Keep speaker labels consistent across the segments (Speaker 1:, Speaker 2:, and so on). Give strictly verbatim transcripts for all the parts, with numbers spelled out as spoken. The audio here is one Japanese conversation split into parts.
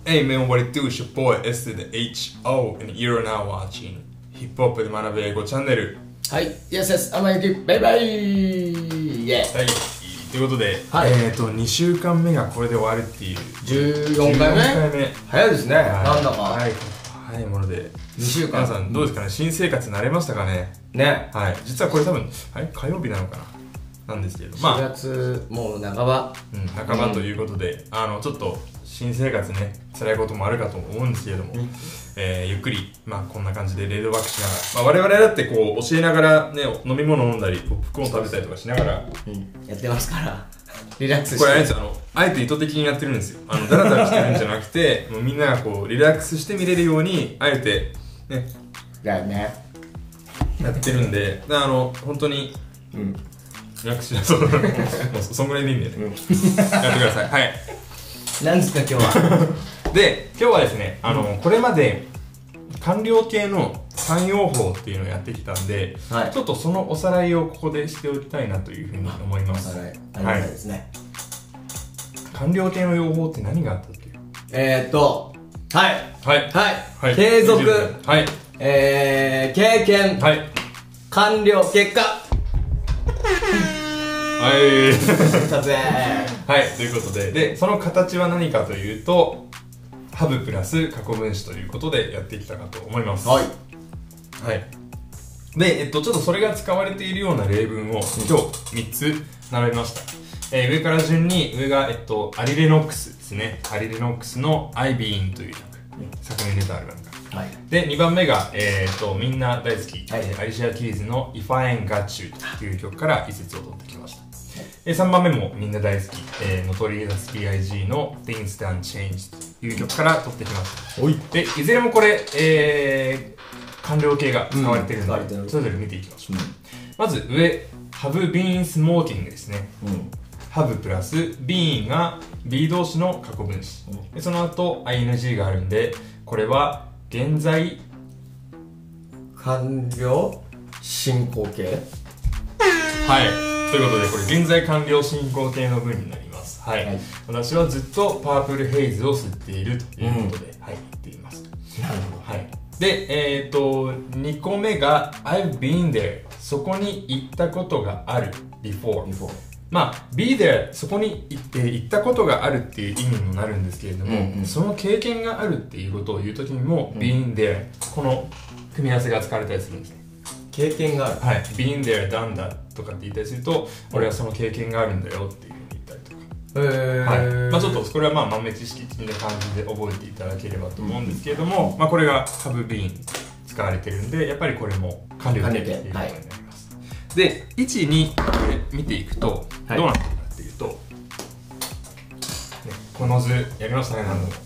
Speaker 1: Hey man, what it do? It's your boy S to the H O and you're now watching ヒップホップで学ぶ英語チャンネル。
Speaker 2: はい、Yes Yes、あまゆき、バイバイイエー
Speaker 1: はい、ということで、
Speaker 2: はい、
Speaker 1: えっと、にしゅうかんめがこれで終わるっていう
Speaker 2: じゅうよんかいめ早いですね、はい、なんだか
Speaker 1: はい、早いもので
Speaker 2: にしゅうかん
Speaker 1: 皆さんどうですかね、新生活慣れましたかね。
Speaker 2: ね、
Speaker 1: はい、実はこれ多分、はい、火曜日なのかななんですけど、
Speaker 2: まあ、しがつもう半ば、
Speaker 1: うん、半ばということで、うん、あのちょっと新生活ね、辛いこともあるかと思うんですけれども、うん、えー、ゆっくり、まあ、こんな感じでレイドバックしながら、まあ、我々だってこう教えながら、ね、飲み物飲んだりポップコーン食べたりとかしながら、
Speaker 2: うん、やってますからリラックスして、
Speaker 1: これあれですよ、あのあえて意図的にやってるんですよ。あのダラダラしてるんじゃなくてもうみんながこうリラックスして見れるようにあえてね
Speaker 2: だよね
Speaker 1: やってるんで、あの本当に、うん、リラックスしなそうもうそんぐらいでいいんだよね、うん、やってください。はい、
Speaker 2: なんですか今日は
Speaker 1: で、今日はですね、あの、うん、これまで官僚系の慣用法っていうのをやってきたんで、はい、ちょっとそのおさらいをここでしておきたいなというふうに思います。
Speaker 2: おさらい、ありがたいですね。
Speaker 1: 官僚系の用法って何があったっけ？
Speaker 2: えーっと、はい、
Speaker 1: はい、
Speaker 2: はい、
Speaker 1: はい、
Speaker 2: 継続、
Speaker 1: はい、
Speaker 2: えー、経験、
Speaker 1: はい、
Speaker 2: 完了、結果。
Speaker 1: はい、
Speaker 2: 撮影。
Speaker 1: はい、ということで、で、その形は何かというと、ハブプラス過去分詞ということでやってきたかと思います。はい。はい。で、えっと、ちょっとそれが使われているような例文を今日みっつ並べました。えー、上から順に、上が、えっと、アリレノックスですね。アリレノックスの I've been という曲。昨年出たアルバムが。はい。で、にばんめが、えー、っと、みんな大好き、はい、アリシア・キーズの If I Ain't Got You という曲から一節を取ってきました。でさんばんめもみんな大好き、えー、ノトリーザス ビーアイジー の Things Done Changed という曲から取ってきました。おい。で、いずれもこれ、えー、完了形が使われているので、うん、それぞれ見ていきましょう。うん、まず上、Have been smoking ですね。うん、Have プラス been が be 動詞の過去分詞。うん、でその後 アイエヌジー があるんで、これは現在
Speaker 2: 完了進行形。
Speaker 1: はい。ということで、これ現在完了進行形の文になります。はい。はい、私はずっとパープルヘイズを吸っているということで、うん、はい、言っています。
Speaker 2: なるほど。
Speaker 1: はい。で、えっと、にこめが I've been there。そこに行ったことがある。before。before。まあ、be there、そこに行って、行ったことがあるっていう意味にもなるんですけれども、うんうん、その経験があるっていうことを言うときにも、うん、been there。この組み合わせが使われたりするんですね。
Speaker 2: 経験がある。
Speaker 1: はい。been there, done that とかって言ったりすると、俺はその経験があるんだよっていうふうに言ったりとか。へー。はい。まあちょっとこれはまあ豆知識的な感じで覚えていただければと思うんですけれども、うん、まあこれが have been 使われてるんで、やっぱりこれも完了形ということになります。はい、で、いち、にこれ見ていくと、はい、どうなってるかっていうと、ね、この図やりましたね、何度も。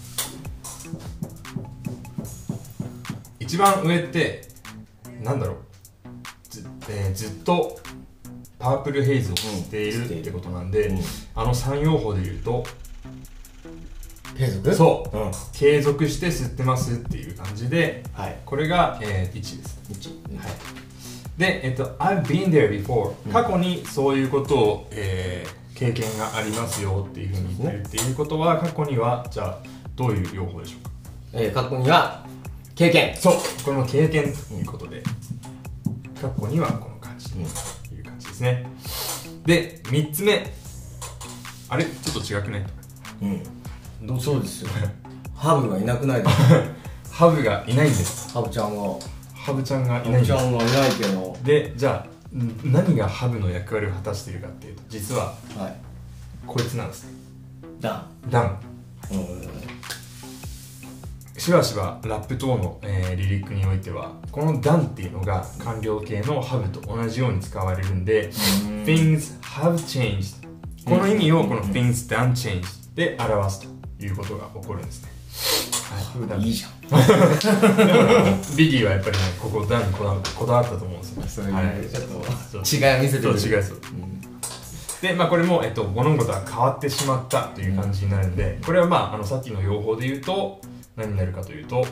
Speaker 1: 一番上って、なんだろう。えー、ずっとパープルヘイズを吸っているってことなんで、うん、あの三用法で言うと
Speaker 2: 継続？
Speaker 1: そう、うん、継続して吸ってますっていう感じで、はい、これが、えー、いちです。いち、はい、で、えっと、I've been there before、うん、過去にそういうことを、えー、経験がありますよっていうふうに言ってるっていうことは、過去にはじゃあどういう用法でしょうか？
Speaker 2: えー、過去には経験。
Speaker 1: そう、これも経験ということで、過去にはこの感じという感じですね。で、みっつめ、あれちょっと違くない？
Speaker 2: うん、どうそうですよハブがいなくないです
Speaker 1: ハブがいないんです。
Speaker 2: ハブちゃんが
Speaker 1: ハブちゃんがいないんです。
Speaker 2: ハブちゃんがいないけど、
Speaker 1: で、じゃあ何がハブの役割を果たしているかっていうと、実は、はい、こいつなんですね。
Speaker 2: ダン
Speaker 1: ダン、うん、しばしばラップ等の、えー、リリックにおいてはこの done っていうのが完了形の have と同じように使われるんで、things have changed、 この意味をこの things done changed で表すということが起こるんですね。
Speaker 2: はい、いいじゃん
Speaker 1: でもビギーはやっぱりね、ここ done にこだわこだわったと思うんですよね。
Speaker 2: そういう、はい、ちょっと違いを見せてる。
Speaker 1: そう違いそう、うん、で、まあこれも、えっと、物事が変わってしまったという感じになるんで、これはまあ、あのさっきの用法で言うと何になるかというと、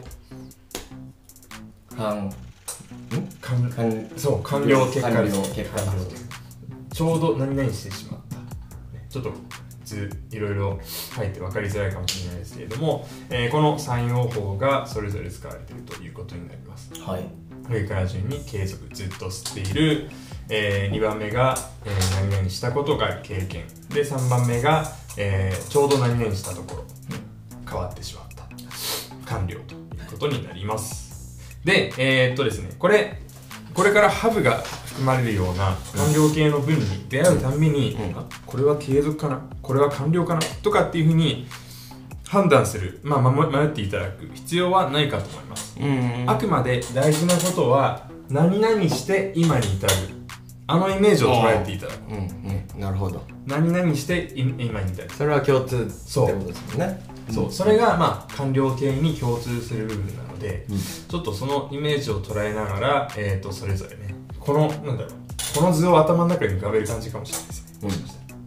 Speaker 2: 完、ん？
Speaker 1: 完、完、そう、完了結果です。完了結果。ちょうど何々してしまった。ね、ちょっと図いろいろ入って分かりづらいかもしれないですけれども、えー、このさん用法がそれぞれ使われているということになります。
Speaker 2: はい、
Speaker 1: 上から順に継続ずっと吸っている、えー、にばんめが、えー、何々したことが経験で、さんばんめが、えー、ちょうど何々したところ、うん、変わってしまった完了ということになります。で、えー、っとですねこれこれからハブが含まれるような完了形の文に出会うたんびに、うん、あこれは継続かなこれは完了かなとかっていうふうに判断する、まあ、迷っていただく必要はないかと思います。うんうん、あくまで大事なことは何々して今に至るあのイメージを捉えていただく。
Speaker 2: うんうん、なるほど。
Speaker 1: 何々して今に至る、
Speaker 2: それは共通ってことですもんね。
Speaker 1: そう、うん、それがまあ完了形に共通する部分なので、うん、ちょっとそのイメージを捉えながら、えー、とそれぞれねこのなんだろうこの図を頭の中に浮かべる感じかもしれないですね。うん、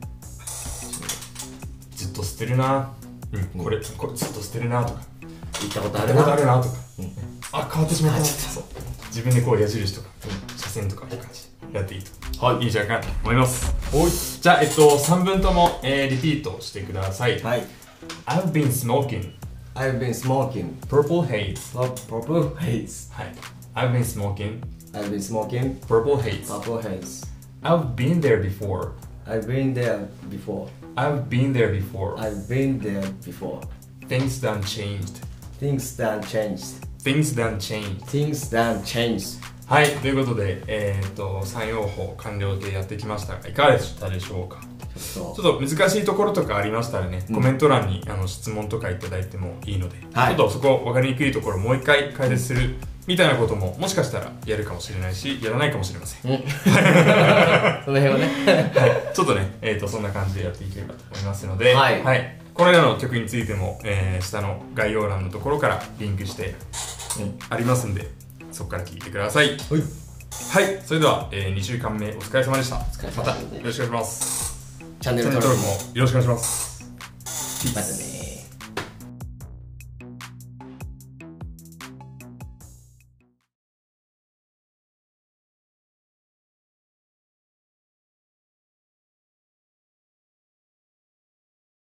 Speaker 1: ずっと捨てるな、うん、これこれずっと捨てるなとか
Speaker 2: 言ったことあるな
Speaker 1: あるなとか、うん、あ変わってしまったなそう自分でこう矢印とか、うん、斜線とかいう感じでやっていいと、はい、いいんじゃないかなと思います。おいじゃあ、えっと、さんぶんとも、えー、リピートしてください。はい、I've been smoking
Speaker 2: I've been smoking
Speaker 1: purple haze
Speaker 2: purple haze
Speaker 1: はい I've been smoking
Speaker 2: I've been smoking
Speaker 1: purple haze
Speaker 2: purple haze
Speaker 1: I've been there before
Speaker 2: I've been there before
Speaker 1: I've been there before
Speaker 2: I've been there before
Speaker 1: Things done changed
Speaker 2: Things done changed
Speaker 1: Things done changed
Speaker 2: Things done changed
Speaker 1: はい、ということで、えー、っとさん用法完了形やってきましたがいかがでしたでしょうか。ちょっと難しいところとかありましたらね、うん、コメント欄にあの質問とかいただいてもいいので、はい、ちょっとそこ分かりにくいところもう一回解説するみたいなことももしかしたらやるかもしれないしやらないかもしれません、うん、そ
Speaker 2: の辺はね、
Speaker 1: はい、ちょっとね、えー、とそんな感じでやっていければと思いますので、はいはい、これらの曲についても、えー、下の概要欄のところからリンクして、うん、ありますんでそこから聞いてください。はい、はい、それでは、えー、にしゅうかんめお疲れ様でした。またよろしくお願いします。
Speaker 2: チャンネル登録も
Speaker 1: よろしくお願いします。
Speaker 2: またね。